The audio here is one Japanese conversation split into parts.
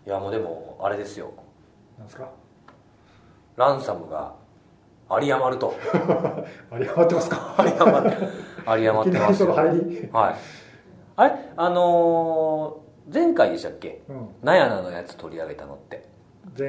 いやもうでもあれですよ、 なんですか。 ランサムが有り余ると有り余ってますか。 有り余って有り余ってますよ。 いきなりその入り。 はい。あれ前回でしたっけ、ナヤナのやつ取り上げたのって。前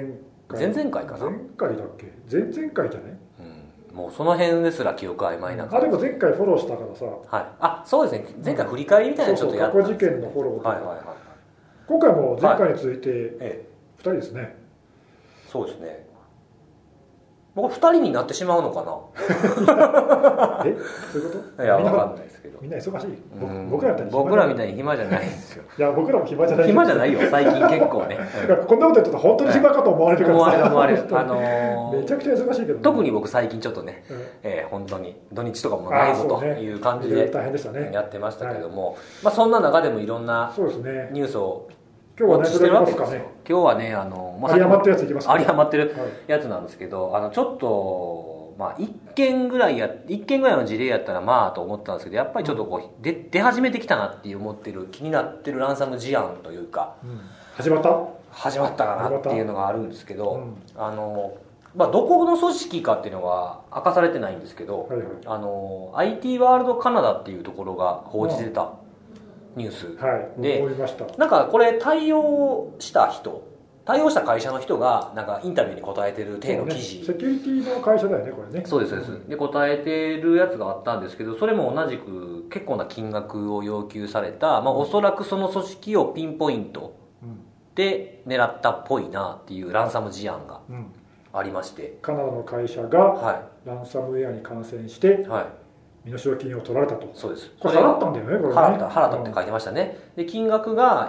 々回かな。 前回だっけ。前々回じゃない。 もうその辺ですら記憶曖昧な感じ。 でも前回フォローしたからさ。 はい。あ、そうですね。前回振り返りみたいなちょっとやったんですよ。 過去事件のフォローとか。 はいはいはい。 今回も前回に続いて2人ですね。 そうですね。僕2人になってしまうのかな。 そういうこと？ いや、分かんないですけど。 みんな忙しい。 僕らみたいに暇じゃないんですよ。 いや、僕らも暇じゃない。 暇じゃないよ、最近結構ね。 こんなこと言ってたら本当に暇かと思われるからさ。 思われる。 めちゃくちゃ忙しいけど。 特に僕最近ちょっとね、本当に土日とかもないぞという感じでやってましたけども、そんな中でもいろんなニュースを今日はね、してるわけですかね。 今日はね、 有り余ってるやついきますか。 有り余ってるやつなんですけど、ちょっと1件ぐらいの事例やったらと思ったんですけど、やっぱりちょっとこう出始めてきたなって思ってる、気になってるランサム事案というか、 始まったかなっていうのがあるんですけど、どこの組織かっていうのは明かされてないんですけど、IT ワールドカナダっていうところが報じてたニュースで、なんかこれ対応した会社の人がなんかインタビューに答えてる体の記事、 セキュリティの会社だよね、これね。 そうですそうです。で答えてるやつがあったんですけど、それも同じく結構な金額を要求された、おそらくその組織をピンポイントで狙ったっぽいなっていうランサム事案がありまして、 カナダの会社がランサムウェアに感染して、身代金を取られたと。 そうです。 これ払ったんだよね、これね。 払ったって書いてましたね。で金額が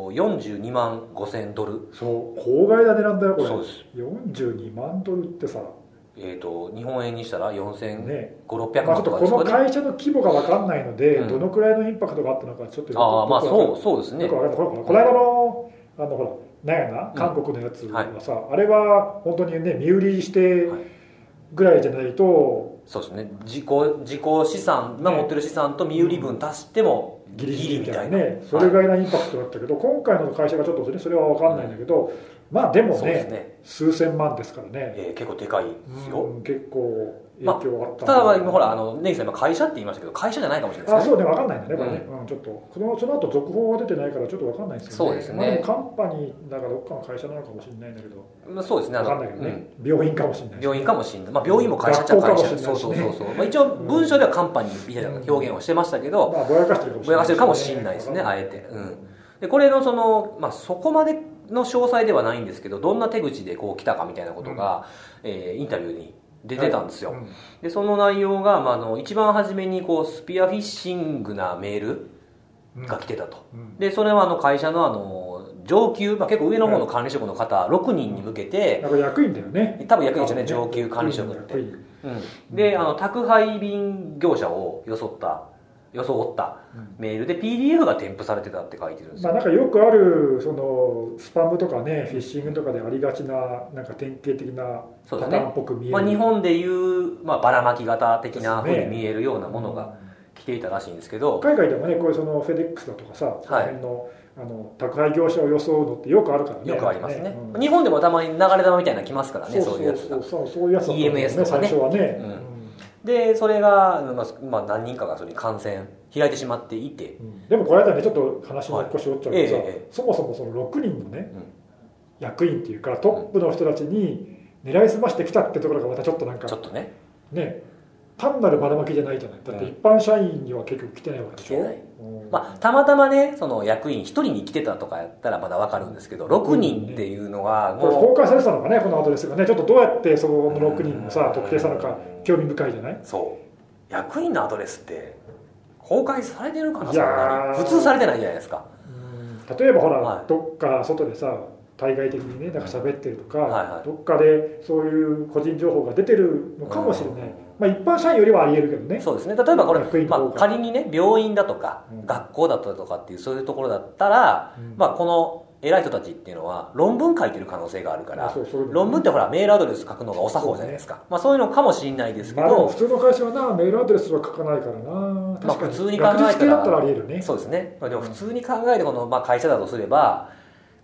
42万5000ドル。 そう、法外な値段だよこれ。 そうです。 42万ドルってさ。 日本円にしたら4500、 ね、 600万ちょっとこの会社の規模が分かんないので、どのくらいのインパクトがあったのかちょっとそうですね。 この間のほらなんやな、韓国のやつはさ、あれは本当にね身売りしてぐらいじゃないと。 そうですね、自己資産、持ってる資産と身売り分足してもギリみたいなね、 それぐらいなインパクトだったけど、今回の会社がちょっとねそれは分かんないんだけど、でもね数千万ですからね、 結構でかいですよ。 結構影響があった。 ただほらネギさん今会社って言いましたけど、会社じゃないかもしれないですね。 そうね、分かんないんだねこれね。ちょっとその後続報が出てないからちょっと分かんないですけどね。 そうですね。 カンパニーだからどっかの会社なのかもしれないんだけど、 そうですね。 分かんないけどね。病院かもしれない。 病院かもしれない。病院も会社っちゃ会社。そう。一応文章ではカンパニーみたいな表現をしてましたけど、 ぼやかしてるかもしれないですね、あえて。でこれのそこまでの詳細ではないんですけど、どんな手口でこう来たかみたいなことがインタビューに出てたんですよ。でその内容が、一番初めにこうスピアフィッシングなメールが来てたと。でそれは会社の上級、結構上の方の管理職の方6人に向けて、 なんか役員だよね。 多分役員ですよね、上級管理職って。で宅配便業者を装ったメールで PDF が添付されてたって書いてるんですよ。 なんかよくあるスパムとかね、フィッシングとかでありがちな、なんか典型的なパターンっぽく見える、 日本でいうばらまき型的なふうに見えるようなものが来ていたらしいんですけど、 海外でもね、こういうフェデックスだとかさ、その辺の宅配業者を装うのってよくあるからね。 よくありますね。日本でもたまに流れ玉みたいなの来ますからね、そういうやつが。 そういうやつだったね、 EMS とかね、 最初はね。 でそれが、何人かがそれに感染開いてしまっていて、 でもこの間ねちょっと話の腰折っちゃうけどさ、そもそもその6人のね、役員っていうかトップの人たちに狙いすましてきたってところがまたちょっとなんかね、単なるばらまきじゃないじゃない。だって一般社員には結局来てないわけでしょ。 たまたまねその役員1人に来てたとかやったらまだ分かるんですけど、6人っていうのはもう公開されてたのかね、このアドレスがね。ちょっとどうやってその6人もさ特定したのか興味深いじゃない。 そう役員のアドレスって公開されてるかな。そんなに普通されてないじゃないですか。 例えばほら、どっか外でさ対外的にねなんか喋ってるとか、どっかでそういう個人情報が出てるのかもしれない。一般社員よりはありえるけどね。 そうですね。例えばこれ、仮にね病院だとか、学校だったとかっていうそういうところだったら、この偉い人たちっていうのは論文書いてる可能性があるから、論文ってほらメールアドレス書くのがお作法じゃないですか。そういうのかもしれないですけど、 普通の会社はなメールアドレスは書かないからな。確かに普通に考えたら学術系だったらありえるね。 そうですね。でも普通に考えてこの会社だとすれば、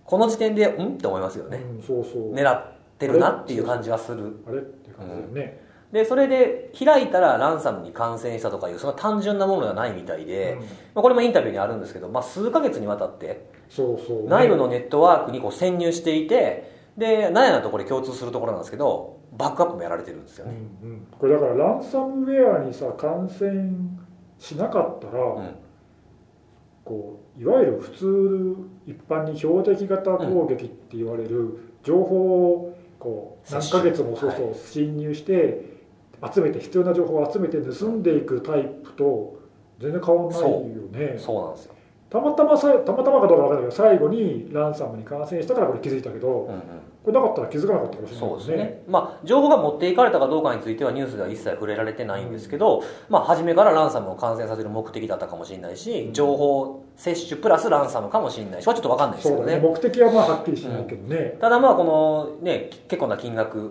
この時点でって思いますよね、 そうそう、 狙ってるなっていう感じがする。 あれっていう感じだよね、 でそれで開いたらランサムに感染したとかいうその単純なものではないみたいで、これもインタビューにあるんですけど、数ヶ月にわたって内部のネットワークに潜入していて、で何やなとこれ共通するところなんですけど、バックアップもやられてるんですよね、 これだからランサムウェアにさ感染しなかったら、こういわゆる普通一般に標的型攻撃って言われる情報をこう何ヶ月も侵入して集めて、必要な情報を集めて盗んでいくタイプと全然変わらないよね。 そうなんですよ。 たまたまかどうかわからないけど、最後にランサムに感染したからこれ気づいたけど、これなかったら気づかなかったかもしれないですね。そうですね。 情報が持っていかれたかどうかについてはニュースでは一切触れられてないんですけど、初めからランサムを感染させる目的だったかもしれないし、情報摂取プラスランサムかもしれないし、ちょっと分かんないですけどね。 目的ははっきりしないけどね。 ただこのね、結構な金額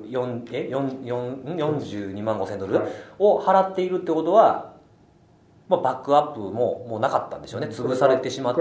42万5000ドルを払っているってことは、バックアップもうなかったんでしょうね。潰されてしまって、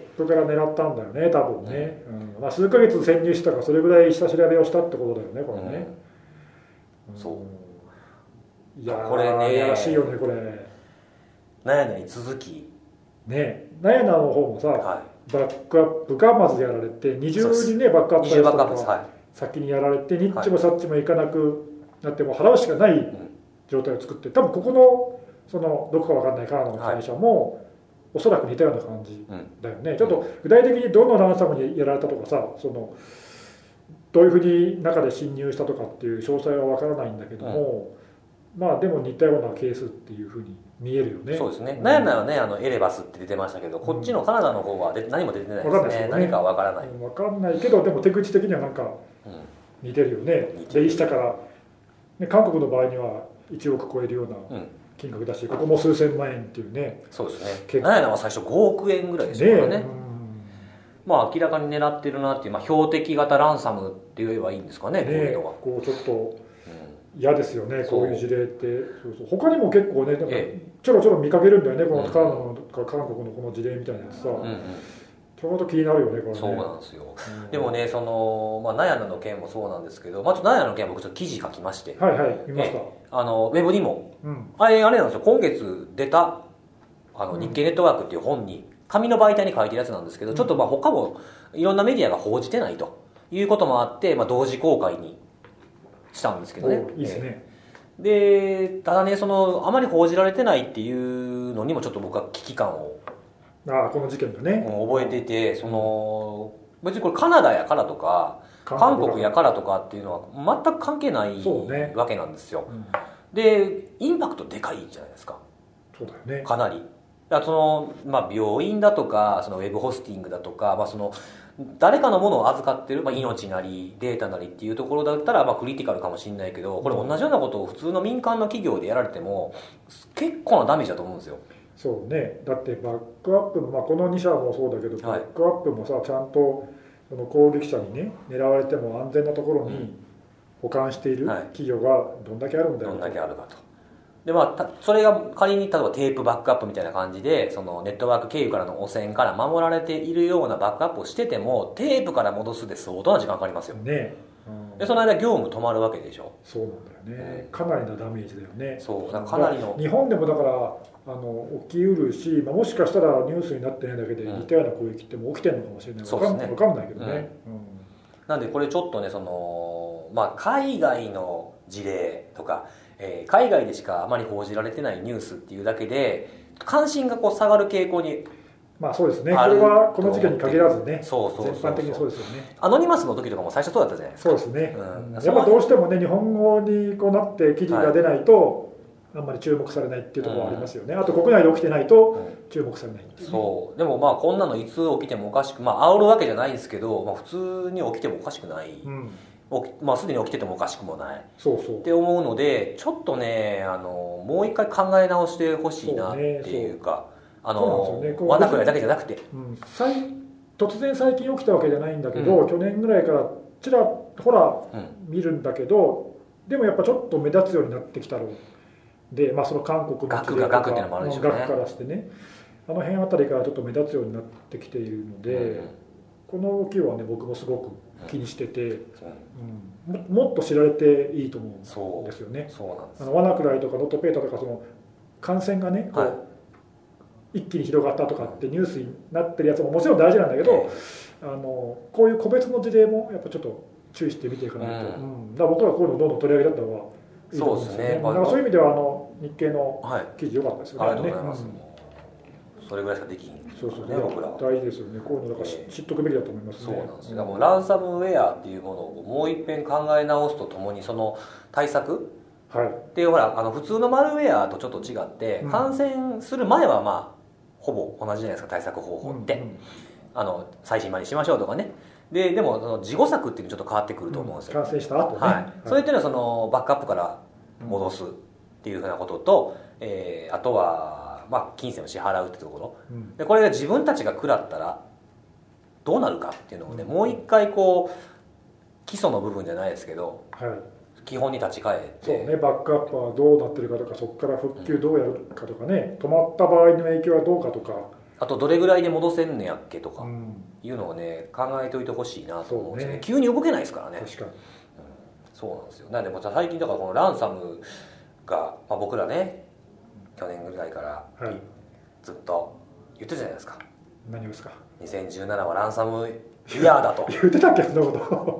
バックアップから狙ったんだよね、多分ね。数ヶ月潜入したからそれぐらい下調べをしたってことだよね、これね。 そういやこれね、 いやらしいよね、これ。 ナヤナに続きね、ナヤナの方もさ、バックアップがまずやられて、二重にねバックアップされたのが先にやられて、ニッチもサッチもいかなくなって、もう払うしかない状態を作って、多分ここのそのどこか分かんないカナダの会社も、おそらく似たような感じだよね。ちょっと具体的にどのランサムにやられたとかさ、そのどういうふうに中で侵入したとかっていう詳細は分からないんだけども、でも似たようなケースっていうふうに見えるよね。 そうですね。ナヤナはね、エレバスって出てましたけど、こっちのカナダの方は何も出てないですね。何か分からない。 分かんないけど、でも手口的にはなんか似てるよね。でしたから、韓国の場合には1億超えるような金額だし、ここも数千万円っていうね。 そうですね。ナヤナは最初5億円ぐらいですからね。明らかに狙ってるなっていう、標的型ランサムって言えばいいんですかね、こういうのが。 こうちょっと嫌ですよね、こういう事例って。他にも結構ね、ちょろちょろ見かけるんだよね、このカナダの韓国のこの事例みたいなやつさ。ちょうど気になるよね、これね。 そうなんですよ。でもね、ナヤナの件もそうなんですけど、ナヤナの件は僕ちょっと記事書きまして、 はいはい、見ました。 ウェブにも、あれなんですよ、今月出た日経ネットワークっていう本に紙の媒体に書いてるやつなんですけど、ちょっと他もいろんなメディアが報じてないということもあって、同時公開にしたんですけどね。 いいですね。 でただね、あまり報じられてないっていうのにもちょっと僕は危機感をこの事件がね、 覚えてて、別にこれカナダやからとか韓国やからとかっていうのは全く関係ないわけなんですよ。でインパクトでかいじゃないですか。 そうだよね。 かなり。病院だとかウェブホスティングだとか、誰かのものを預かってる、命なりデータなりっていうところだったらクリティカルかもしれないけど、これ同じようなことを普通の民間の企業でやられても結構なダメージだと思うんですよ。 そうね、だってバックアップも、この2社もそうだけど、バックアップもさ、ちゃんとその攻撃者にね狙われても安全なところに保管している企業がどんだけあるんだよ、 どんだけあるかと。でそれが仮に例えばテープバックアップみたいな感じで、そのネットワーク経由からの汚染から守られているようなバックアップをしてても、テープから戻すで相当な時間かかりますよね。でその間業務止まるわけでしょ。 そうなんだよね、かなりのダメージだよね。 そうだからかなりの日本でもだから起きうるし、もしかしたらニュースになってないだけで似たような攻撃っても起きてるのかもしれない。分かんないけどね。 なんでこれちょっとね、海外の事例とか、海外でしかあまり報じられてないニュースっていうだけで関心が下がる傾向にそうですね。これはこの事件に限らずね、全般的にそうですよね。 アノニマスの時とかも最初そうだったじゃないですか。 そうですね。やっぱどうしてもね、日本語になって記事が出ないと、あんまり注目されないっていうところはありますよね。あと国内で起きてないと注目されないっていうね。 そう。でもこんなのいつ起きてもおかしく、煽るわけじゃないんですけど、普通に起きてもおかしくない。すでに起きててもおかしくもないって思うので、ちょっとね、もう一回考え直してほしいなっていうか、ワナくらいだけじゃなくて、 突然最近起きたわけじゃないんだけど、去年ぐらいからちらほら見るんだけど、でもやっぱちょっと目立つようになってきたので、その韓国の額が額っていうのもあるでしょうね。 額からしてね、あの辺あたりからちょっと目立つようになってきているので、 この動きはね僕もすごく気にしてて、もっと知られていいと思うんですよね。 そうなんです。 ワナクライとかノットペーターとかその感染がねこう、一気に広がったとかってニュースになってるやつももちろん大事なんだけど、こういう個別の事例もやっぱちょっと注意して見ていかないと、だから僕はこういうのをどんどん取り上げた方がいいと思うんですよね。だからそういう意味では日経の記事良かったですよね。 ありがとうございます。それぐらいしかできん。 そうね、僕ら大事ですよね。こういうのだから知っとくべきだと思いますね。 そうなんですよ。もうランサムウェアっていうものをもう一遍考え直すとともにその対策っていうほら普通のマルウェアとちょっと違って感染する前はまあほぼ同じじゃないですか、対策方法って、最新版にしましょうとかね。でもその事後策っていうのちょっと変わってくると思うんですよ。 感染した後ね。 それっていうのはそのバックアップから戻すっていうふうなことと、あとは金銭を支払うってところ、でこれが自分たちが食らったらどうなるかっていうのをね、もう一回こう基礎の部分じゃないですけど、基本に立ち返って、 そうね、バックアップはどうなってるかとか、そこから復旧どうやるかとかね、止まった場合の影響はどうかとか、 あとどれぐらいで戻せんのやっけとかいうのをね考えておいてほしいなと思うんですね。急に動けないですからね。 確かに、 そうなんですよ。なんでも最近だからこのランサムが、僕らね去年ぐらいからずっと言ってたじゃないですか。 何をですか。 2017はランサムイヤーだと言ってたっけ、そんなこと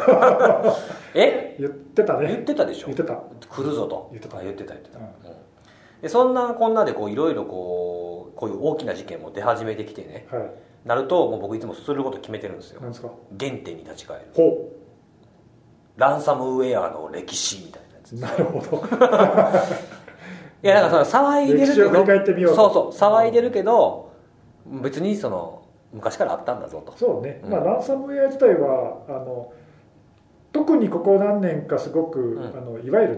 言ってたね。 言ってたでしょ。 言ってた。 来るぞと言ってた。 でそんなこんなでいろいろこういう大きな事件も出始めてきてね、なるともう僕いつもすること決めてるんですよ。 何ですか。 原点に立ち返る。ランサムウェアの歴史みたいなやつ。 なるほど。 いやなんかその騒いでるけど、 歴史を振り返ってみようと。 騒いでるけど別にその昔からあったんだぞと。 そうね、ランサムウェア自体は特にここ何年かすごく、いわゆる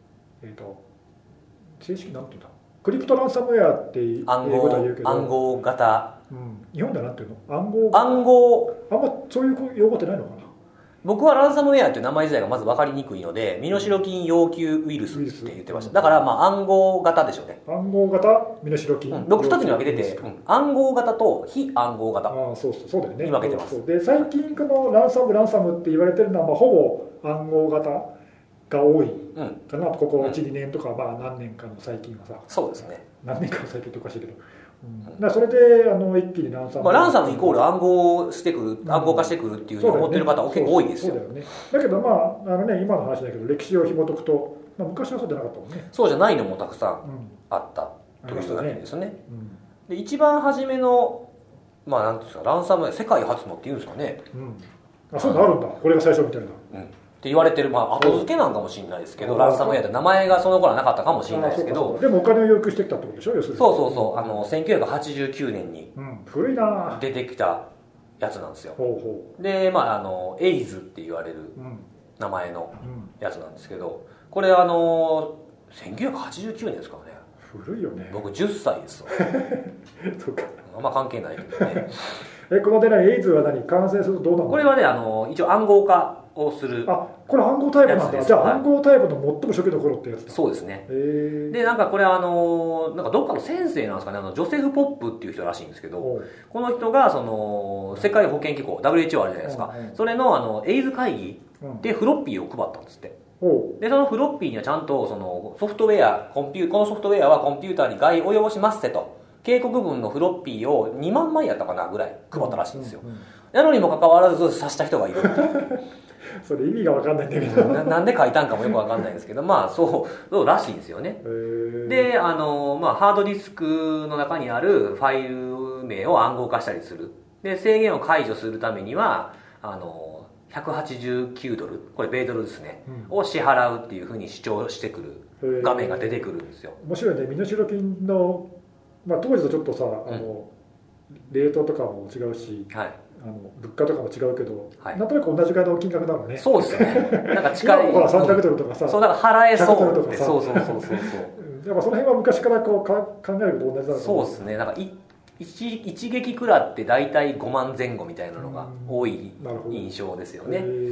正式なんていうんだ、クリプトランサムウェアって英語では言うけど、 暗号型、 日本ではなんていうの、 暗号、 あんまそういう用語ってないのかな。 僕はランサムウェアっていう名前自体がまず分かりにくいので、身代金要求ウイルスって言ってました。だから暗号型でしょうね。 暗号型、身代金、 僕2つに分けてて、暗号型と非暗号型そうだよね、 に分けてます。 で最近このランサムって言われてるのは、ほぼ暗号型が多いかな、ここ 1,2 年とか、何年かの最近はさ。 そうですね。 何年かの最近っておかしいけど、それで一気にランサム、 ランサムイコール暗号化してくるっていうふうに思ってる方は結構多いですよ。 そうだよね。だけど今の話だけど、歴史を紐解くと、昔はそうじゃなかったもんね。 そうじゃないのもたくさんあったというわけですね。で一番初めのなんていうんですか、ランサムウェア世界初のっていうんですかね。 そういうのあるんだ。これが最初みたいな。 って言われてる、後付けなんかもしれないですけど、ランサムウェアって名前がその頃はなかったかもしれないですけど、 でもお金を要求してきたってことでしょ、要するに。 そう1989年に古いな出てきたやつなんですよ。でエイズって言われる名前のやつなんですけど、これ1989年ですからね。 古いよね。 僕10歳ですよ。 そうか。 あんま関係ないけどね。 このエイズは何、感染するとどうなの？ これはね一応暗号化をする。 これ暗号タイプなんだ。じゃあ暗号タイプの最も初期の頃ってやつだ。 そうですね。でこれなんかどっかの先生なんですかね、ジョセフ・ポップっていう人らしいんですけど、この人がその世界保健機構 WHO あるじゃないですか、それのエイズ会議でフロッピーを配ったんですって。でそのフロッピーにはちゃんとそのソフトウェアこのソフトウェアはコンピューターに害を及ぼしますってと警告文のフロッピーを2万枚やったかなぐらい配ったらしいんですよ。なのにもかかわらず刺した人がいるっていうそれ意味が分かんないんだけどなんで書いたんかもよく分かんないんですけど、そうらしいんですよね。でハードディスクの中にあるファイル名を暗号化したりする。で制限を解除するためには189ドル、これ米ドルですね、を支払うっていうふうに主張してくる画面が出てくるんですよ。 面白いね。身代金の、当時とちょっとさレートとかも違うし、物価とかも違うけど、なんとなく同じぐらいの金額なのね。 そうですね。なんか近い。 今300ドルとかさ、 そうだから払えそうとかさ、そう。やっぱその辺は昔から考えること同じだろう。 そうですね。なんか一撃食らって大体5万前後みたいなのが多い印象ですよね。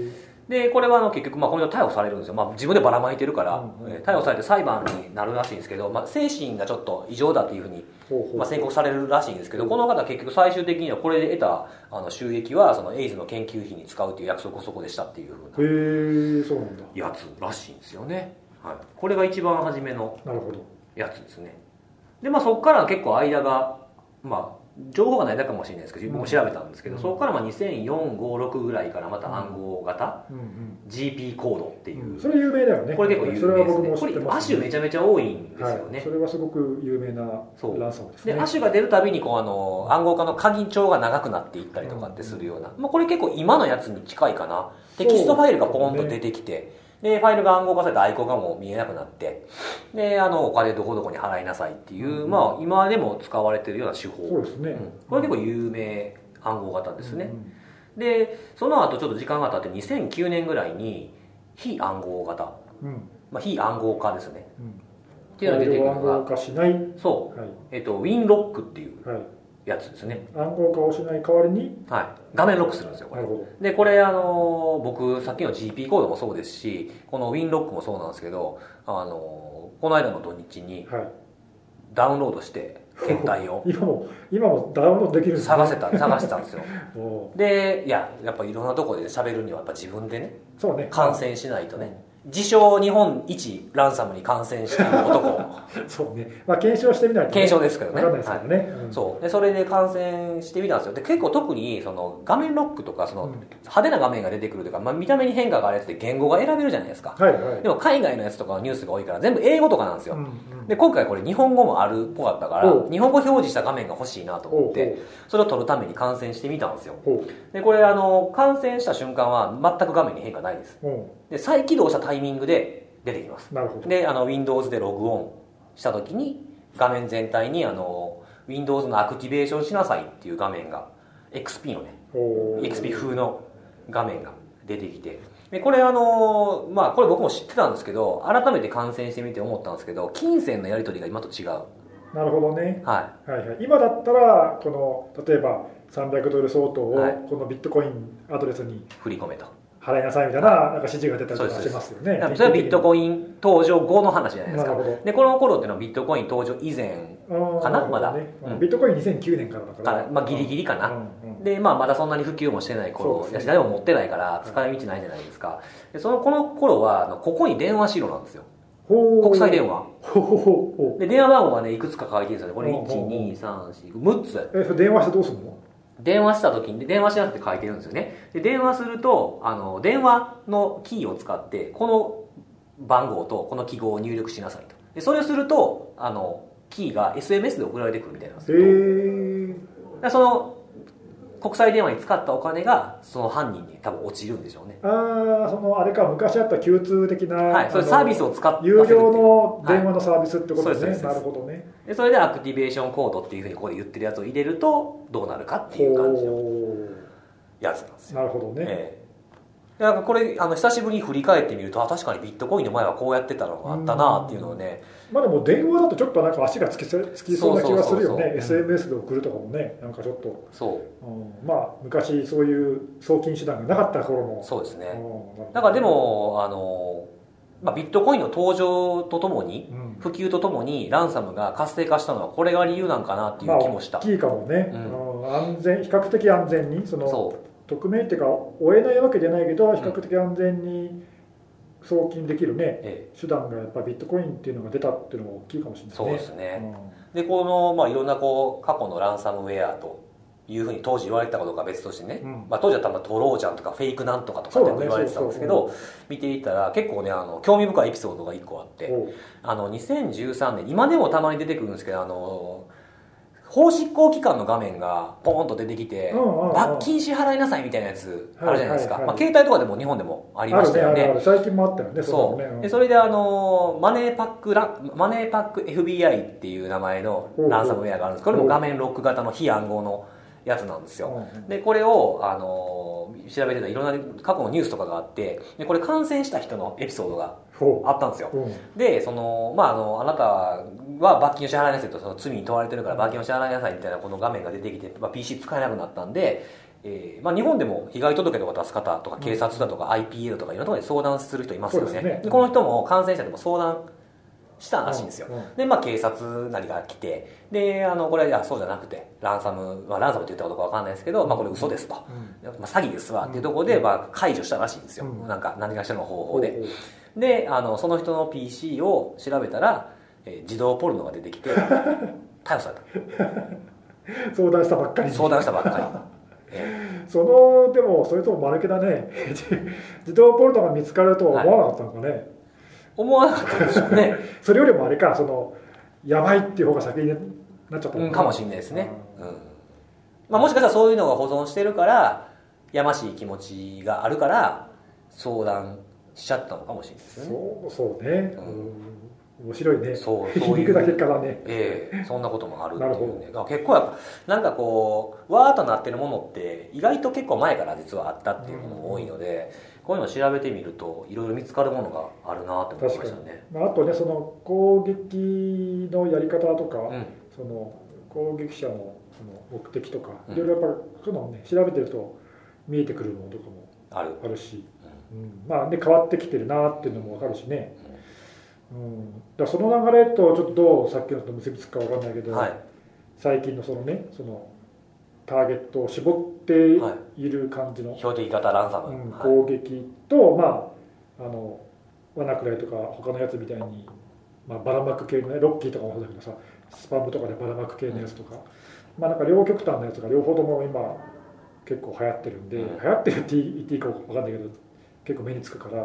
でこれは結局これを逮捕されるんですよ、自分でばらまいてるから、逮捕されて裁判になるらしいんですけど、精神がちょっと異常だっていうふうに、宣告されるらしいんですけど、この方は結局最終的にはこれで得た収益はそのエイズの研究費に使うという約束をそこでしたっていうふうなやつらしいんですよね、はい、これが一番初めのやつですね。でそこから結構間が情報がないだけかもしれないですけど、僕も調べたんですけど、そこから2004、5、6ぐらいからまた暗号型、GP コードっていう、 それ有名だよね。 これ結構有名ですね。これ亜種めちゃめちゃ多いんですよね。 それはすごく有名なランサムですね。 で亜種が出るたびに暗号化の鍵帳が長くなっていったりとかってするような、これ結構今のやつに近いかな。テキストファイルがポンと出てきて、でファイルが暗号化されてアイコンがもう見えなくなって、でお金どこどこに払いなさいっていう、今でも使われてるような手法。 そうですね、 これ結構有名暗号型ですね、でその後ちょっと時間が経って2009年ぐらいに非暗号型、非暗号化ですね、っていうのが出てくるのが暗号化しない、 そう、ウィンロックっていうやつですね。 暗号化をしない代わりに、 画面ロックするんですよこれ。でこれ僕さっきの GP コードもそうですし、このウィンロックもそうなんですけど、この間の土日にダウンロードして検体を今もダウンロードできるんですね。 探したんですよでやっぱいろんなところで喋るにはやっぱ自分でね、感染しないとね、自称日本一ランサムに感染している男そうね、検証してみないと、 検証ですけどね、 分かんないですけどね、 そうでそれで感染してみたんですよ。で結構特にその画面ロックとか派手な画面が出てくるとか、見た目に変化があるやつで言語が選べるじゃないですか、でも海外のやつとかのニュースが多いから全部英語とかなんですよ、で今回これ日本語もあるっぽかったから日本語表示した画面が欲しいなと思ってそれを撮るために観戦してみたんですよ。でこれ観戦した瞬間は全く画面に変化ないです。で再起動したタイミングで出てきます。でWindows でログオンした時に画面全体にWindows のアクティベーションしなさいっていう画面が XP のね XP 風の画面が出てきて、でこれこれ僕も知ってたんですけど改めて観戦してみて思ったんですけど、金銭のやり取りが今と違う。 なるほどね、今だったら例えば300ドル相当をこのビットコインアドレスに振り込めと払いなさいみたいな指示が出たりとかしますよね。 それはビットコイン登場後の話じゃないですか。でこの頃っていうのはビットコイン登場以前かな、まだ、 ビットコイン2009年からだから、 ギリギリかな、でまだそんなに普及もしてない頃やし、誰も持ってないから使い道ないじゃないですか。でこの頃はここに電話しろなんですよ、国際電話で電話番号がねいくつか書いてるんですよね。これ12346つ。 電話してどうするの？ 電話した時に電話しなって書いてるんですよね。で電話すると電話のキーを使ってこの番号とこの記号を入力しなさいと。でそれをするとキーが SMS で送られてくるみたいなんですよ。でその国際電話に使ったお金がその犯人に多分落ちるんでしょうね。 あれか、昔あった Q2 的な、 そういうサービスを使って有料の電話のサービスってことですね。なるほどね。 でそれでアクティベーションコードっていうふうにここで言ってるやつを入れるとどうなるかっていう感じのやつなんですよ。 なるほどね。 なんかこれ久しぶりに振り返ってみると確かにビットコインの前はこうやってたのがあったなっていうのをね。 でも電話だとちょっとなんか足がつきそうな気がするよね。 SMS で送るとかもね、なんかちょっと昔そういう送金手段がなかった頃の。 そうですね。だからでもビットコインの登場とともに、普及とともにランサムが活性化したのはこれが理由なんかなっていう気もした。 大きいかもね。比較的安全に匿名っていうか追えないわけじゃないけど比較的安全に送金できるね、手段がやっぱビットコインっていうのが出たっていうのが大きいかもしれないね。 そうですね。でこのいろんな過去のランサムウェアというふうに当時言われてたことが別としてね、当時は多分トロージャンとかフェイクなんとかとかって言われてたんですけど、見ていたら結構ね興味深いエピソードが1個あって、2013年今でもたまに出てくるんですけど法執行機関の画面がポーンと出てきて罰金支払いなさいみたいなやつあるじゃないですか。携帯とかでも日本でもありましたよね。 最近もあったよね。 でそれでマネーパック FBI っていう名前のランサムウェアがあるんです。これも画面ロック型の非暗号のやつなんですよ。でこれを調べてたいろんな過去のニュースとかがあって、でこれ感染した人のエピソードがあったんですよ。であなたは罰金を支払いなさいと、その罪に問われてるから罰金を支払いなさいみたいなこの画面が出てきて、PC 使えなくなったんで日本でも被害届とか出す方とか警察だとか IPA だとかいろんなところで相談する人いますよね。でこの人も感染者でも相談したらしいんですよ。で警察なりが来て、でこれそうじゃなくてランサムって言ったことか分かんないですけど、これ嘘ですと、詐欺ですわっていうところで解除したらしいんですよ。何かしらの方法で。でその人の PC を調べたら、児童ポルノが出てきて逮捕された。相談したばっかり。でもそれとも間抜けだね。児童ポルノが見つかるとは思わなかったのかね。 思わなかったでしょうね。 それよりもあれか、やばいっていう方が先になっちゃったのかもしれないですね。もしかしたらそういうのが保存してるからやましい気持ちがあるから相談しちゃったのかもしれないですよね。 そうね。面白いね。皮肉な結果だね。 そんなこともあるっていうね。結構わーっとなってるものって意外と結構前から実はあったっていうものも多いので、こういうのを調べてみるといろいろ見つかるものがあるなって思いましたね。 あとね、攻撃のやり方とか、攻撃者の目的とか、いろいろやっぱりそういうのをね調べてると見えてくるものとかもあるし、変わってきてるなっていうのも分かるしね。だその流れとちょっとどうさっきのと結びつくか分かんないけど、最近のターゲットを絞っている感じの、 標的型ランサム、 攻撃とワナクライとか他のやつみたいに、ばらまく系のね、ロッキーとかもそうだけどさ、スパムとかでばらまく系のやつとか、なんか両極端なやつが両方とも今結構流行ってるんで、流行ってるって言っていいか分かんないけど結構目につくから、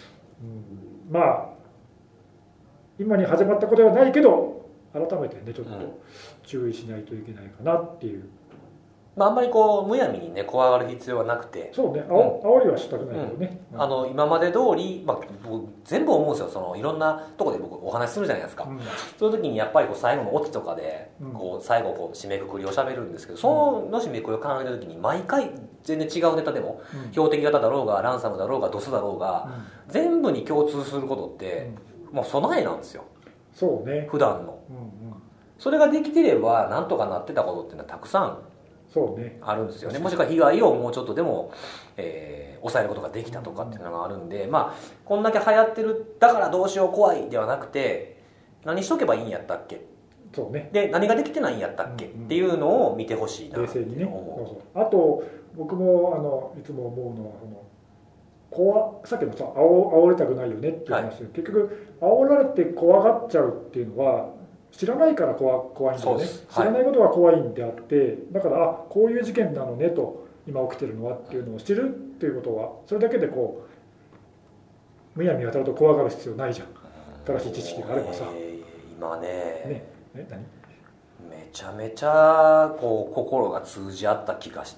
今に始まったことではないけど改めてねちょっと注意しないといけないかなっていう。 あんまりむやみにね怖がる必要はなくて、 そうね、煽りはしたくないけどね、 今まで通り、僕全部思うんですよ。いろんなとこで僕お話しするじゃないですか。そういう時にやっぱり最後のオチとかで最後締めくくりをしゃべるんですけど、その締めくくりを考えた時に毎回全然違うネタでも、標的型だろうがランサムだろうがドスだろうが、全部に共通することって、もう備えなんですよ。 そうね、 普段の、それができてればなんとかなってたことっていうのはたくさんあるんですよね。もしくは被害をもうちょっとでも、抑えることができたとかっていうのがあるんで、こんだけ流行ってるだからどうしよう怖いではなくて、何しとけばいいんやったっけ、 そうね、 で何ができてないんやったっけ、っていうのを見てほしいなって思う。 冷静にね。あと僕もいつも思うのはさっきのさ煽りたくないよねっていう話で、結局煽られて怖がっちゃうっていうのは知らないから怖いんだよね。知らないことが怖いんであって、だからこういう事件なのねと、今起きてるのはっていうのを知るっていうことは、それだけでむやみやたらと怖がる必要ないじゃん。正しい知識があればさ。 今ね何めちゃめちゃ心が通じ合った気がした。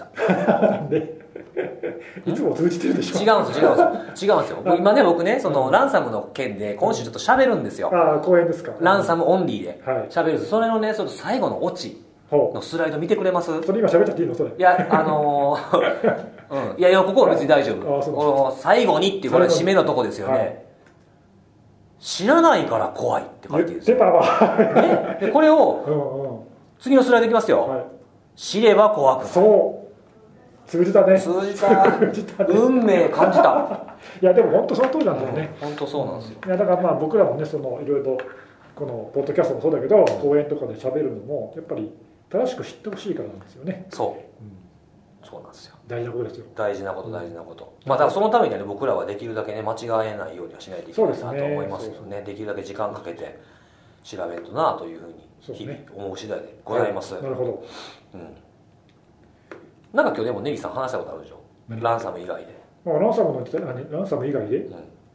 いつも通じてるでしょ。 違うんですよ。今ね僕ねランサムの件で今週ちょっと喋るんですよ。 講演ですか。 ランサムオンリーで喋るんです。それのね最後のオチのスライド見てくれます？ それ今喋っちゃっていいの？それ。 いやいやここは別に大丈夫。最後にっていうこれ締めのとこですよね。知らないから怖いって書いてるんですよ。 出たわ。 でこれを次のスライドいきますよ。知れば怖くない。 そう通じたね。 通じた。運命感じた。 いやでも本当その通りなんだよね。 本当そうなんですよ。 いやだから僕らもねいろいろこのポッドキャストもそうだけど講演とかで喋るのもやっぱり正しく知ってほしいからなんですよね。 そうなんですよ。 大事なことですよ。 大事なこと。だからそのためにはね僕らはできるだけね間違えないようにはしないといけないなと思いますよね。できるだけ時間かけて調べるとなというふうに日々思う次第でございます。 なるほど。 なんか今日でもネギさん話したことあるでしょ。ランサム以外で。 ランサム以外で？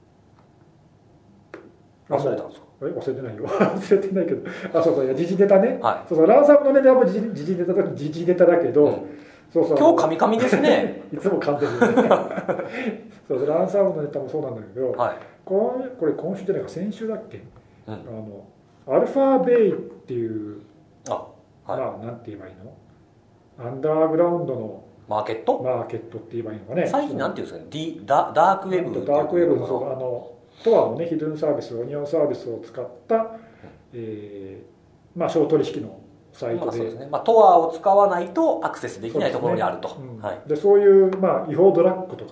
忘れたんですか？ 忘れてないよ。忘れてないけど、そういや時事ネタね。 そうランサムのネタも時事ネタだけど、 今日カミカミですね。 いつも完全にね。ランサムのネタもそうなんだけど、これ今週じゃないか先週だっけ？アルファベイっていうなんて言えばいいの？アンダーグラウンドのマーケットって言えばいいのかね。 最近なんていうんですかね、ダークウェブ。 ダークウェブのトアのねヒドゥンサービス、オニオンサービスを使った、商取引のサイトで、 そうですね、トアを使わないとアクセスできないところにあると。 そういう、違法ドラッグとか、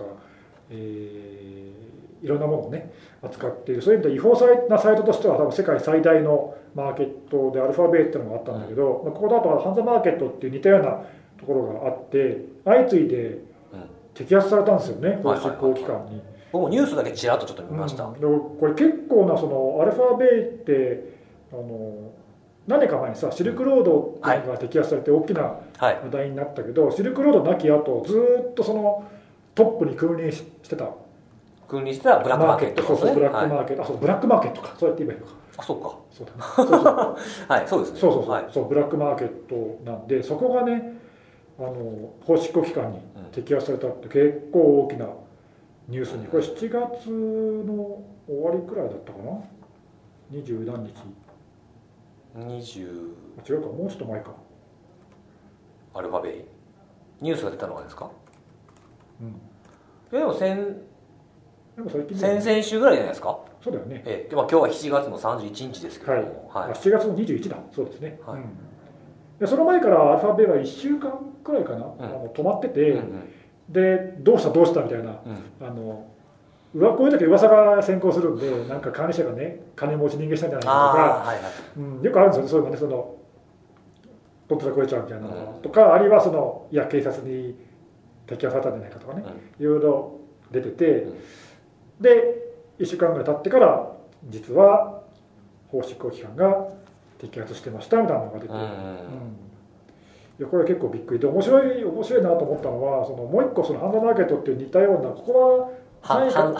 いろんなものをね扱っている、そういう意味で違法なサイトとしては多分世界最大のマーケットでアルファベイっていうのがあったんだけど、ここだとハンザマーケットっていう似たようなところがあって相次いで摘発されたんですよね、法執行機関に。 僕もニュースだけちらっとちょっと見ました。 これ結構なそのアルファベイって何年か前にさシルクロードっていうのが摘発されて大きな話題になったけど、シルクロードなき後ずっとそのトップに君臨してたブラックマーケットですね。 そうブラックマーケット、そうブラックマーケットか、そうやって言えばいいのか。 そうか。 そうだね。 はい、そうですね。 そうブラックマーケットなんで、そこがね法執行機関に摘発されたって結構大きなニュースに、これ7月の終わりくらいだったかな、20何日、違うか、もうちょっと前か。 アルファベイニュースが出たのがですか。でも最近先々週ぐらいじゃないですか。 そうだよね。 今日は7月の31日ですけども、 7月の21だそうですね。でその前からアルファベイは1週間くらいかな、止まってて、でどうしたみたいな、こういう時噂が先行するんで、なんか管理者がね金持ち人間したんじゃないかとか、よくあるんですよね、そういうのね、そのトントラ超えちゃうみたいなのとか、あるいはそのいや警察に摘発されたんじゃないかとかね、いろいろ出てて、で1週間ぐらい経ってから実は法執行機関が摘発してましたみたいなのが出て、いやこれ結構びっくりで面白いなと思ったのは、そのもう一個そのハンザマーケットっていう似たような、ここはハンザマーケッ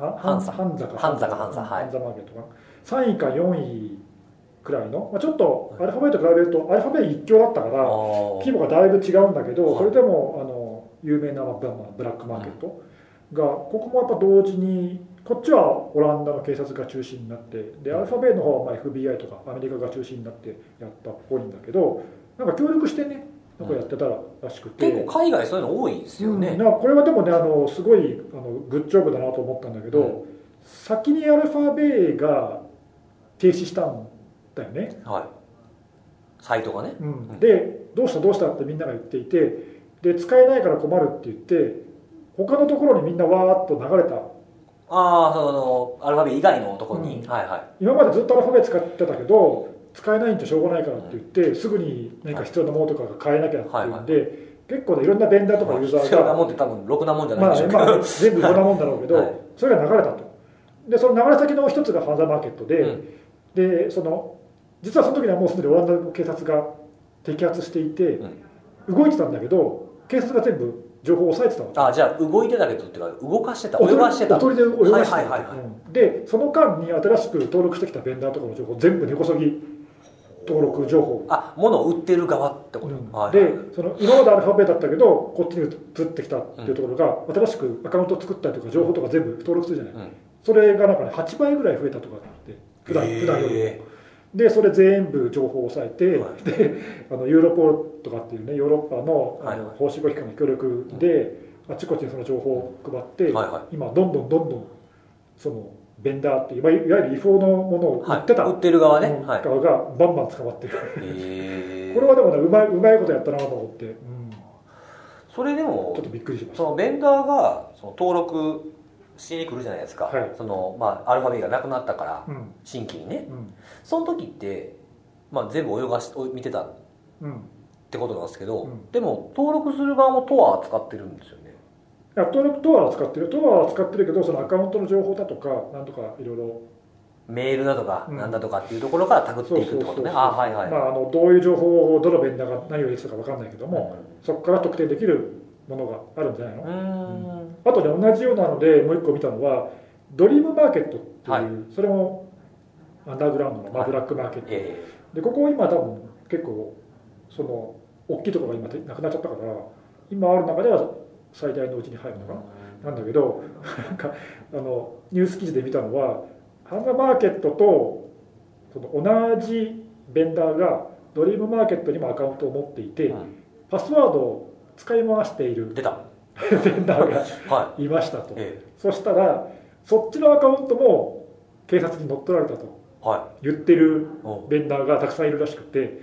トが3位か4位くらいの、ちょっとアルファベイト比べるとアルファベイト一強だったから規模がだいぶ違うんだけど、それでも有名なブラックマーケットがここもやっぱ同時に、こっちはオランダの警察が中心になって、でアルファベイトの方はFBI とかアメリカが中心になってやったっぽいんだけど、なんか協力してねなんかやってたらしくて、 結構海外そういうの多いですよね。 これはでもねすごいグッジョブだなと思ったんだけど、先にアルファベイが停止したんだよね、 サイトがね。 でどうしたってみんなが言っていて、で使えないから困るって言って他のところにみんなわーっと流れた。 そのアルファベイ以外のところに、 今までずっとアルファベイ使ってたけど使えないんじゃしょうがないからって言って、すぐに何か必要なものとかが買えなきゃっていうんで、結構ねいろんなベンダーとかユーザーが、 必要なもんって多分ろくなもんじゃないでしょうけど、 全部ろくなもんだろうけど、それが流れたと。でその流れ先の一つがハンザマーケットで、で実はその時にはもうすでにオランダの警察が摘発していて、動いてたんだけど警察が全部情報を抑えてたの。 じゃあ動いてたけどっていうか動かしてた、泳がしてた、 おとりで泳がしてた。でその間に新しく登録してきたベンダーとかの情報全部根こそぎ登録情報、 物を売ってる側ってこと、 で今までアルファベだったけどこっちに移ってきたっていうところが、新しくアカウントを作ったりとか情報とか全部登録するじゃない、それがなんかね8倍ぐらい増えたとかって普段よりも。でそれ全部情報を抑えて、でユーロポールとかっていうねヨーロッパの法執行機関の協力で、あちこちにその情報を配って、今どんどんそのベンダーっていわゆる違法のものを売ってた、 売ってる側ね、 側がバンバン捕まってる。これはでもねうまいことやったなと思って、 それでもちょっとびっくりしました。 そのベンダーがその登録しに来るじゃないですか、アルファベイがなくなったから、新規にね、その時って、全部見てたってことなんですけど、でも登録する側もトア使ってるんですよね。 いや登録トアは使ってるけど、そのアカウントの情報だとかなんとかいろいろメールだとかなんだとかっていうところからタグっていくってことね。 どういう情報をどのベンダーが何を入れてたか分かんないけども、そこから特定できるものがあるんじゃないの。あとね同じようなのでもう一個見たのはドリームマーケットっていう、それもアンダーグラウンドのブラックマーケット、でここ今多分結構その大きいところが今なくなっちゃったから、今ある中では最大のうちに入るのかな、なんだけどなんかニュース記事で見たのは、ハンザマーケットとその同じベンダーがドリームマーケットにもアカウントを持っていて、パスワードを使い回しているベンダーがいましたと、そしたらそっちのアカウントも警察に乗っ取られたと言ってるベンダーがたくさんいるらしくて、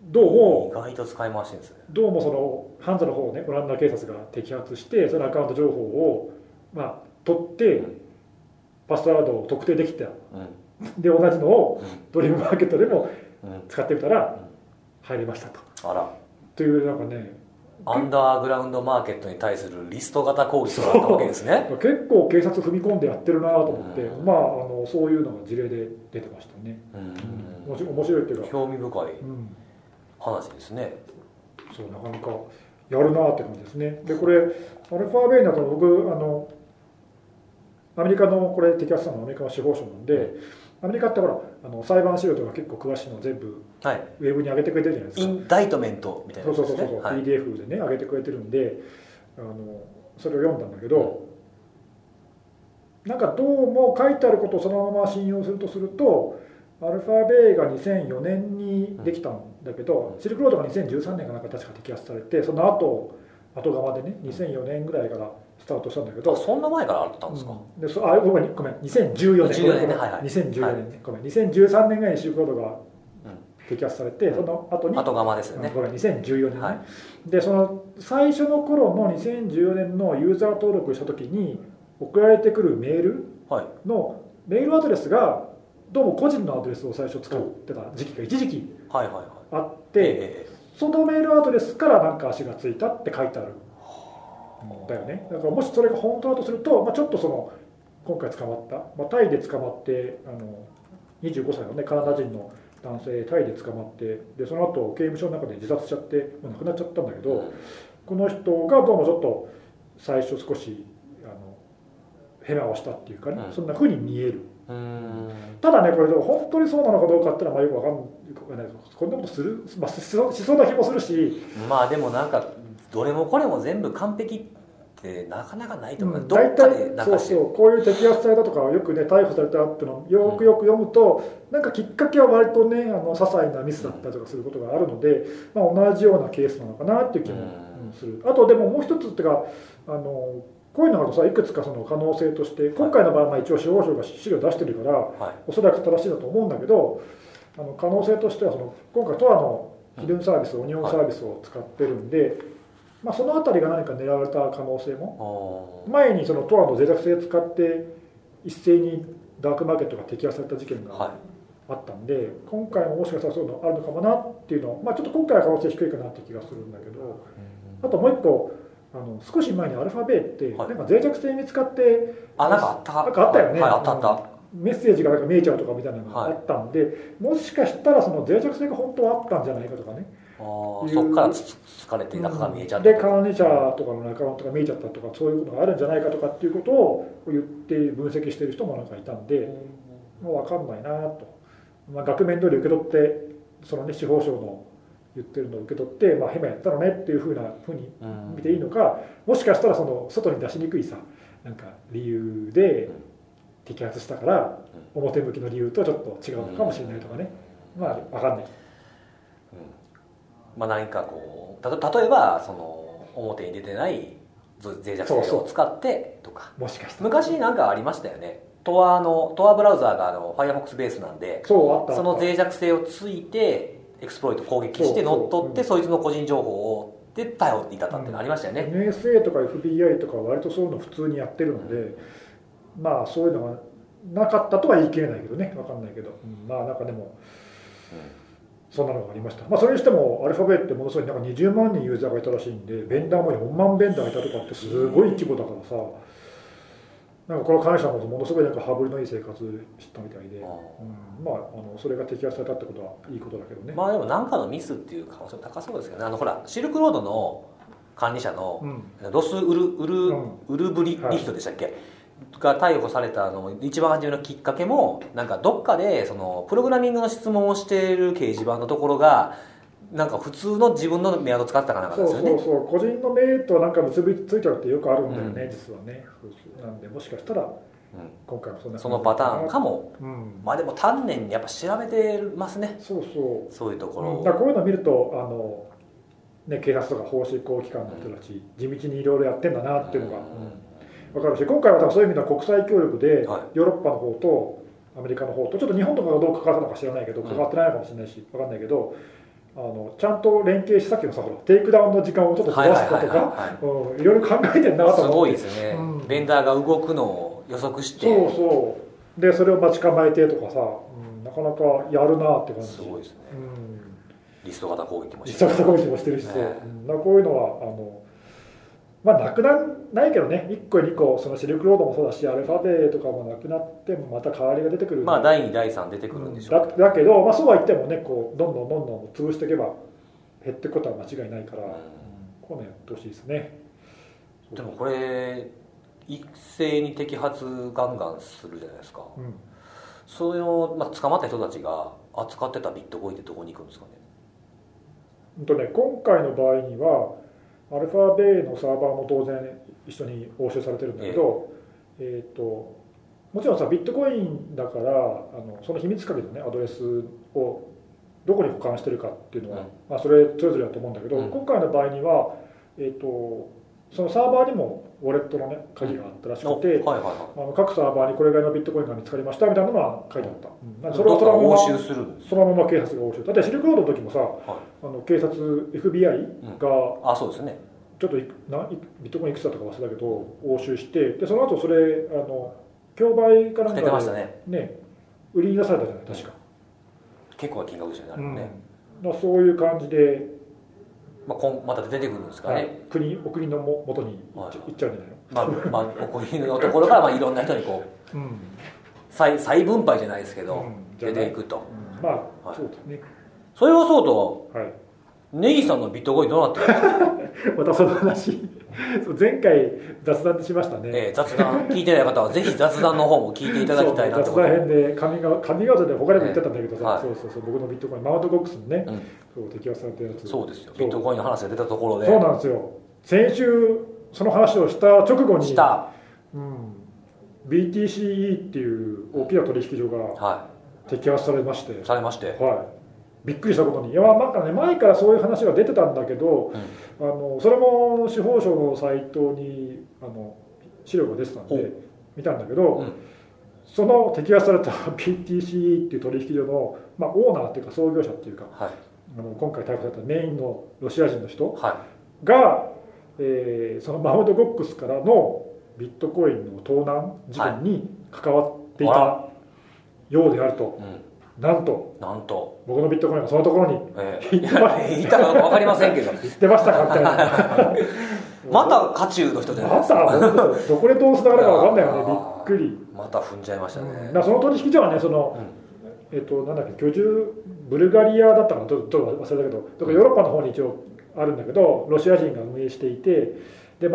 どうも意外と使い回してるんですね。 どうもそのハンザの方をねオランダ警察が摘発して、そのアカウント情報を取ってパスワードを特定できた、で同じのをドリームマーケットでも使ってみたら入りましたと。 あら。 というなんかね、 アンダーグラウンドマーケットに対するリスト型攻撃があったわけですね。 結構警察踏み込んでやってるなと思って、そういうのが事例で出てましたね。面白いっていうか興味深い話ですね。 そうなかなかやるなって感じですね。でこれアルファベイだと僕アメリカのこれ摘発したのはアメリカの司法省なんで、アメリカってほら裁判資料とか結構詳しいのを全部ウェブに上げてくれてるじゃないですか。 インダイトメントみたいなやつですね。 そう、PDF でね上げてくれてるんでそれを読んだんだけど、なんかどうも書いてあることをそのまま信用するとアルファベイが2004年にできたんだけど、シルクロードが2013年かなんか確か摘発されて、その後側でね2004年ぐらいからスタートしたんだけど、 そんな前からあったんですか。 ごめん2014年2014年ごめん2013年ぐらいにシルクロードが摘発されて、その後に後釜ですよね。 ごめん2014年ね、でその最初の頃の2014年のユーザー登録した時に送られてくるメールのメールアドレスがどうも個人のアドレスを最初使ってた時期が一時期あって、そのメールアドレスからなんか足がついたって書いてあるんだよね。だからもしそれが本当だとすると、ちょっとその今回捕まった、タイで捕まって25歳のねカナダ人の男性タイで捕まって、でその後刑務所の中で自殺しちゃって亡くなっちゃったんだけど、この人がどうもちょっと最初少しヘマをしたっていうかね、そんな風に見える。ただねこれ本当にそうなのかどうかっていうのはよく分かんない。こんなことする、しそうな気もするし、 でもなんかどれもこれも全部完璧ってなかなかないと思う。 どっかでこういう摘発されたとかよくね逮捕されたっていうのをよく読むと、なんかきっかけは割とね些細なミスだったりとかすることがあるので、同じようなケースなのかなっていう気もする。あとでももう一つっていうかこういうのがあるとさ、いくつかその可能性として、今回の場合は一応司法省が資料出してるから、おそらく正しいだと思うんだけど、可能性としては今回トアのヒルンサービス、オニオンサービスを使ってるんで、そのあたりが何か狙われた可能性も、前にそのトアの脆弱性を使って一斉にダークマーケットが摘発された事件があったんで、今回ももしかしたらそういうのあるのかもなっていうのを、ちょっと今回は可能性低いかなって気がするんだけど、あともう一個少し前にアルファベってなんか脆弱性見つかってなんかあったよね。 あった。 メッセージがなんか見えちゃうとかみたいなのがあったんで、もしかしたらその脆弱性が本当はあったんじゃないかとかね。 そこからつかれて中が見えちゃった、 でカーネチャーとかのアカウントが見えちゃったとか、そういうことがあるんじゃないかとかっていうことを言って分析している人もなんかいたんで、もう分かんないなと、額面通り受け取ってそのね司法省の言ってるのを受け取って、ヘマやったのねっていうふうに見ていいのか、もしかしたらその外に出しにくいさなんか理由で摘発したから表向きの理由とちょっと違うのかもしれないとかね、分かんない。 何かこう例えばその表に出てない脆弱性を使ってとか、 もしかしたら昔なんかありましたよね。トアブラウザーがFirefox ベースなんで、その脆弱性をついてエクスプロイト攻撃して乗っ取ってそいつの個人情報をで逮捕に至ったっていうのありましたよね。 NSA とか FBI とか割とそういうの普通にやってるので、そういうのがなかったとは言い切れないけどね、分かんないけど、なんかでも、そんなのがありました。それにしてもアルファベってものすごいなんか20万人ユーザーがいたらしいんで、ベンダーも4万ベンダーいたとかってすごい規模だからさ、なんかこの関係者もものすごいなんか羽振りのいい生活したみたいで、それが摘発されたってことはいいことだけどね。 でも何かのミスっていう可能性高そうですけどね。ほらシルクロードの管理者のロスウルブリヒトでしたっけ、が逮捕されたの一番初めのきっかけも、なんかどっかでそのプログラミングの質問をしている掲示板のところがなんか普通の自分のメアド使ってたかなんかですよね。 そう個人の名となんか結びついちゃうってよくあるんだよね、実はね。なんでもしかしたら今回もそのパターンかも。でも丹念にやっぱ調べてますね。そういうところ、 こういうのを見ると警察とか法執行機関の人たち、地道にいろいろやってんだなっていうのが分かるし、今回はそういう意味では国際協力でヨーロッパの方とアメリカの方と、ちょっと日本とかがどう関わったのか知らないけど、関わってないのかもしれないし分かんないけど、 ちゃんと連携してさっきのさテイクダウンの時間をちょっとずらすとかいろいろ考えてるなと思って。 すごいですね、ベンダーが動くのを予測してそうでそれを待ち構えてとかさ、なかなかやるなって感じ。 すごいですね、リスト型攻撃もしてるし、そう、こういうのはまあなくないけどね、1個2個そのシルクロードもそうだしアルファベとかもなくなってもまた代わりが出てくる。 まあ第2第3出てくるんでしょう、 だけど、まあ、そうは言ってもねこうどんどん潰していけば減っていくことは間違いないから、こうねやってほしいですね。 でもこれ一斉に摘発ガンガンするじゃないですか、それを、捕まった人たちが扱ってたビットコインってどこに行くんですかね。 今回の場合にはアルファベのサーバーも当然一緒に押収されてるんだけど、もちろんさビットコインだからその秘密鍵のねアドレスをどこに保管してるかっていうのは、それそれぞれだと思うんだけど、今回の場合にはそのサーバーにもウォレットのね鍵があったらしくて、各サーバーにこれぐらいのビットコインが見つかりましたみたいなのが書いてあった。それをそのまま押収するんです。 そのまま警察が押収。だってシルクロードの時もさ、警察 FBI がそうですね。 ちょっとビットコインいくつだったか忘れたけど押収して、でその後それ競売かなんかでね売りに出されたじゃない確か。 結構な金額でしたね、あれね。 そういう感じで。 また出てくるんですかね、 お国の元に行っちゃうんじゃないの。お国のところからいろんな人にこう、再分配じゃないですけど、出ていくと。 そうですね。 それはそうと、ネギさんのビットコインどうなってるんですか。 またその話前回雑談しましたね。 雑談聞いてない方はぜひ雑談の方も聞いていただきたいなと。 雑談編でカミングアウトで他でも言ってたんだけどさ、そう僕のビットコインマウントボックスにね、摘発されたやつ。 そうですよ、ビットコインの話が出たところで。 そうなんですよ。先週その話をした直後にBTCE っていう大きな取引所が摘発されまして、びっくりしたことに、前からそういう話が出てたんだけど、それも司法省のサイトに資料が出てたんで見たんだけど、その摘発された BTCE っていう取引所の、オーナーっていうか創業者っていうか、今回逮捕されたメインのロシア人の人が、そのマウントボックスからのビットコインの盗難事件に関わっていたようであると。なんと僕のビットコインがそのところにいたか分かりませんけど言ってましたかみたいなまた渦中の人じゃないですか。 どこでどうつながるか分かんないよね。びっくり。 また踏んじゃいましたね。 その取引所はねなんだっけ居住ブルガリアだったかなちょっと忘れたけど、ヨーロッパの方に一応あるんだけどロシア人が運営していて、で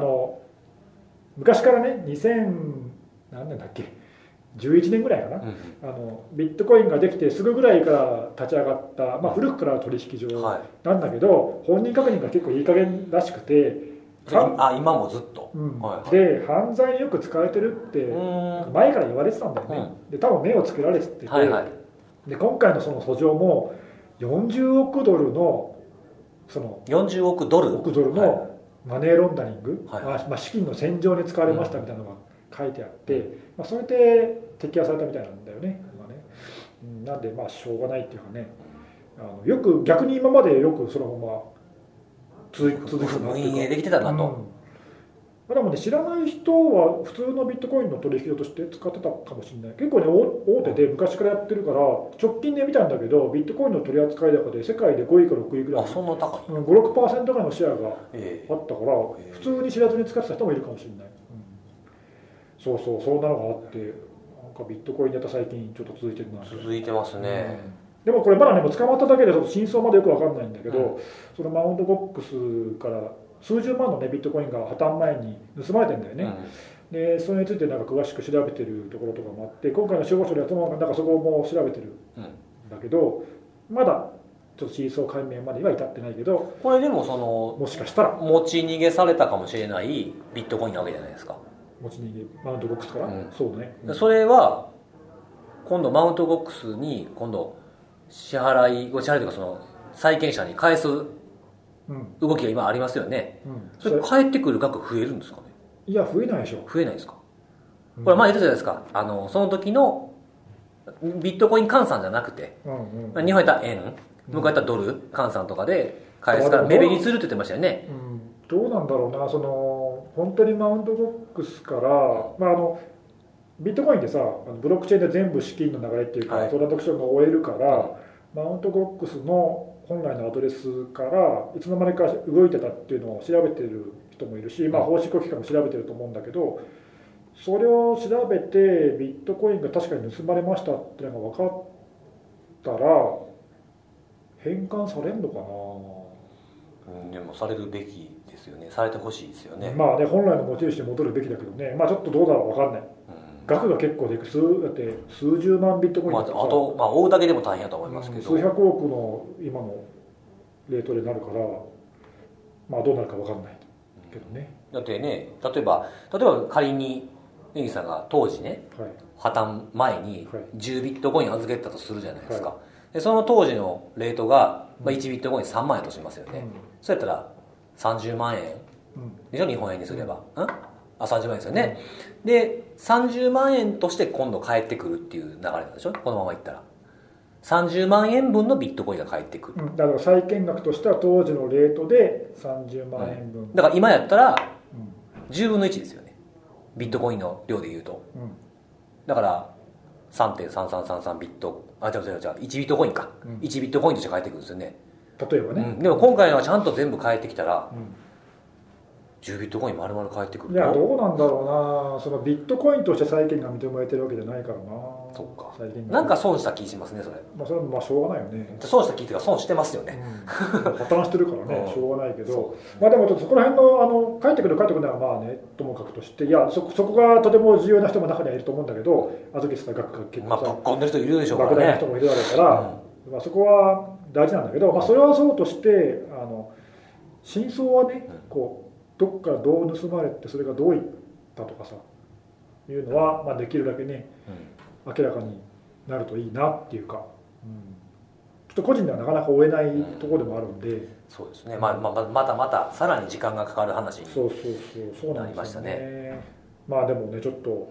昔からね何年だっけ11年ぐらいかな、ビットコインができてすぐぐらいから立ち上がった、古くから取引所なんだけど、本人確認が結構いい加減らしくて、 今もずっと、 で犯罪によく使われてるって前から言われてたんだよね。で多分目をつけられてて、で今回のその訴状も40億ドルの 40億ドルのマネーロンダリング、資金の洗浄に使われましたみたいなのが書いてあって、それで摘発されたみたいなんだよね。なんでしょうがないっていうかね、よく逆に今までよくそのまま続いてたなっていうか、 運営できてたなと。 でもね知らない人は普通のビットコインの取引所として使ってたかもしれない。結構ね大手で昔からやってるから、直近で見たんだけどビットコインの取り扱い高で世界で5位か6位ぐらい、 そんな高い、 5、6% ぐらいのシェアがあったから、普通に知らずに使ってた人もいるかもしれない。そんなのがあって、なんかビットコインネタ最近ちょっと続いてるな。 続いてますね。 でもこれまだね捕まっただけで真相までよく分かんないんだけど、そのマウントボックスから数十万のねビットコインが破綻前に盗まれてんだよね。でそれについてなんか詳しく調べてるところとかもあって、今回の司法省ではなんかそこも調べてるんだけど、まだちょっと真相解明までは至ってないけど、 これでももしかしたら持ち逃げされたかもしれないビットコインなわけじゃないですか。 持ち逃げマウントボックスから、そうね、 それは今度マウントボックスに今度支払いというかその債権者に返す動きが今ありますよね。それ返ってくる額増えるんですかね。 いや増えないでしょ。 増えないですか。これ前言ったじゃないですか、その時のビットコイン換算じゃなくて、日本やったら円向こうやったらドル換算とかで返すから目減りするって言ってましたよね。 どうなんだろうな、本当にマウントボックスから、ビットコインでさ、ブロックチェーンで全部資金の流れっていうか、トランザクションが終えるから、マウントボックスの本来のアドレスからいつの間にか動いてたっていうのを調べてる人もいるし、法執行機関も調べてると思うんだけど、それを調べてビットコインが確かに盗まれましたっていうのが分かったら返還されるのかな。 でもされるべきですよね。されてほしいですよね。 本来の持ち主に戻るべきだけどね、ちょっとどうだろう分かんない。額が結構でだって数十万ビットコインだとあと追うだけでも大変だと思いますけど、 数百億の今のレートでなるから、どうなるか分かんないけどね。 だってね、例えば仮に根岸さんが当時ね、破綻前に10ビットコイン預けてたとするじゃないですか。でその当時のレートが1ビットコイン3万円としますよね。そうやったら30万円でしょ、日本円にすれば。30万円ですよね。で30万円として今度返ってくるっていう流れなんでしょ、このままいったら30万円分のビットコインが返ってくる、 だから債権額としては当時のレートで30万円分、 だから今やったら10分の1ですよね、ビットコインの量でいうと、だから 3.3333 ビット違う1ビットコインか、1ビットコインとして返ってくるんですよね、 例えばね。 でも今回のはちゃんと全部返ってきたら、10ビットコイン丸々返ってくる。 いや、どうなんだろうな、そのビットコインとして債権が認められてるわけじゃないからな。 そっか、なんか損した気しますね、それ。 それはしょうがないよね。 損した気っていうか損してますよね。 破綻してるからね、しょうがないけど、でもそこら辺の返ってくる返ってくるのはともかくとして、いや、そこがとても重要な人も中にはいると思うんだけど、預けてた額が結構ぶっ込んでる人いるでしょうからね。 莫大な人もいるだろうから、そこは大事なんだけど、それはそうとして真相はね、どっからどう盗まれてそれがどういったとかさいうのは、できるだけね、明らかになるといいなっていうか、ちょっと個人ではなかなか追えないところでもあるんで、 そうですね、またさらに時間がかかる話になりましたね。 でもね、ちょっと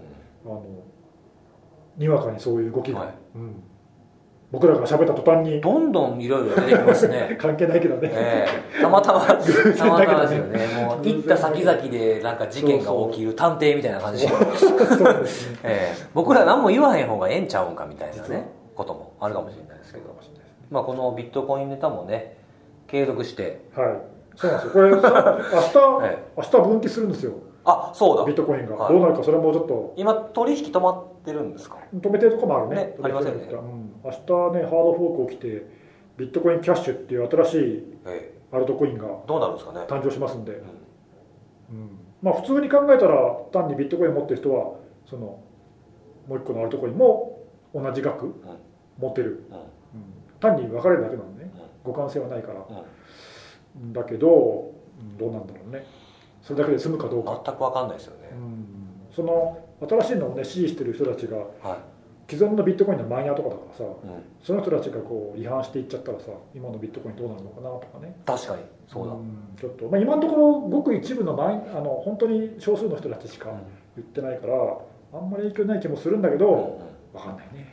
にわかにそういう動きが、僕らが喋った途端にどんどんいろいろ出てきますね。 関係ないけどね、 たまたまですよね。もう行った先々でなんか事件が起きる探偵みたいな感じで、僕ら何も言わへん方がええんちゃうんかみたいなねこともあるかもしれないですけど、このビットコインネタもね継続して、 そうなんですよ。これ明日分岐するんですよ。 そうだ、 ビットコインがどうなるか、それもちょっと今取引止まってるんですか。 止めてるとこもあるね。 ありますよね。 明日ね、ハードフォーク起きてビットコインキャッシュっていう新しいアルトコインがどうなるんですかね、 誕生しますんで、普通に考えたら単にビットコインを持ってる人はもう一個のアルトコインも同じ額持てる、単に分かれるだけなのね、互換性はないから、だけどどうなんだろうね、それだけで済むかどうか全く分かんないですよね。 その新しいのをね支持してる人たちが、既存のビットコインのマイナーとかだからさ、その人たちが違反していっちゃったらさ、今のビットコインどうなるのかなとかね。 確かにそうだ、 ちょっと、今のところごく一部の本当に少数の人たちしか言ってないから、あんまり影響ない気もするんだけど、分かんないね。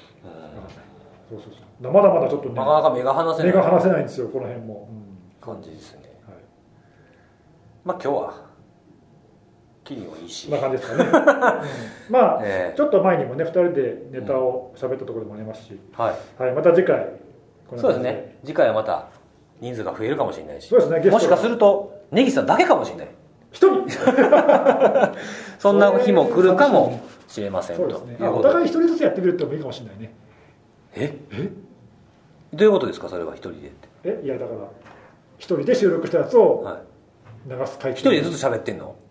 そうまだまだちょっとね、 なかなか目が離せないんですよ、この辺も、 感じですね。今日はキリもいいし、 そんな感じですかね。ちょっと前にもね、2人でネタを喋ったところでもありますし、また次回、 そうですね、次回はまた人数が増えるかもしれないし、 そうですね、 もしかすると根岸さんだけかもしれない、 1人そんな日も来るかもしれませんと。 お互い1人ずつやってみるってもいいかもしれないね。 どういうことですか、それは1人でって。 いや、だから1人で収録したやつを流す回 1人でずつ喋ってんの。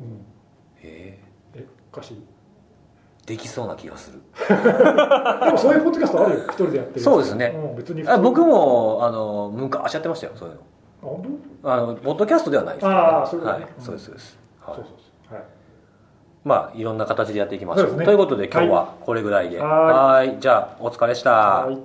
おかしい。 できそうな気がする。 でもそういうポッドキャストあるよ、一人でやってる。 そうですね。 別に僕も昔やってましたよ、そういうの。 本当？ ポッドキャストではないですけど、 そういうことね。 そうです、そうです。 はい。 いろんな形でやっていきましょう。ということで今日はこれぐらいで。じゃあお疲れでした。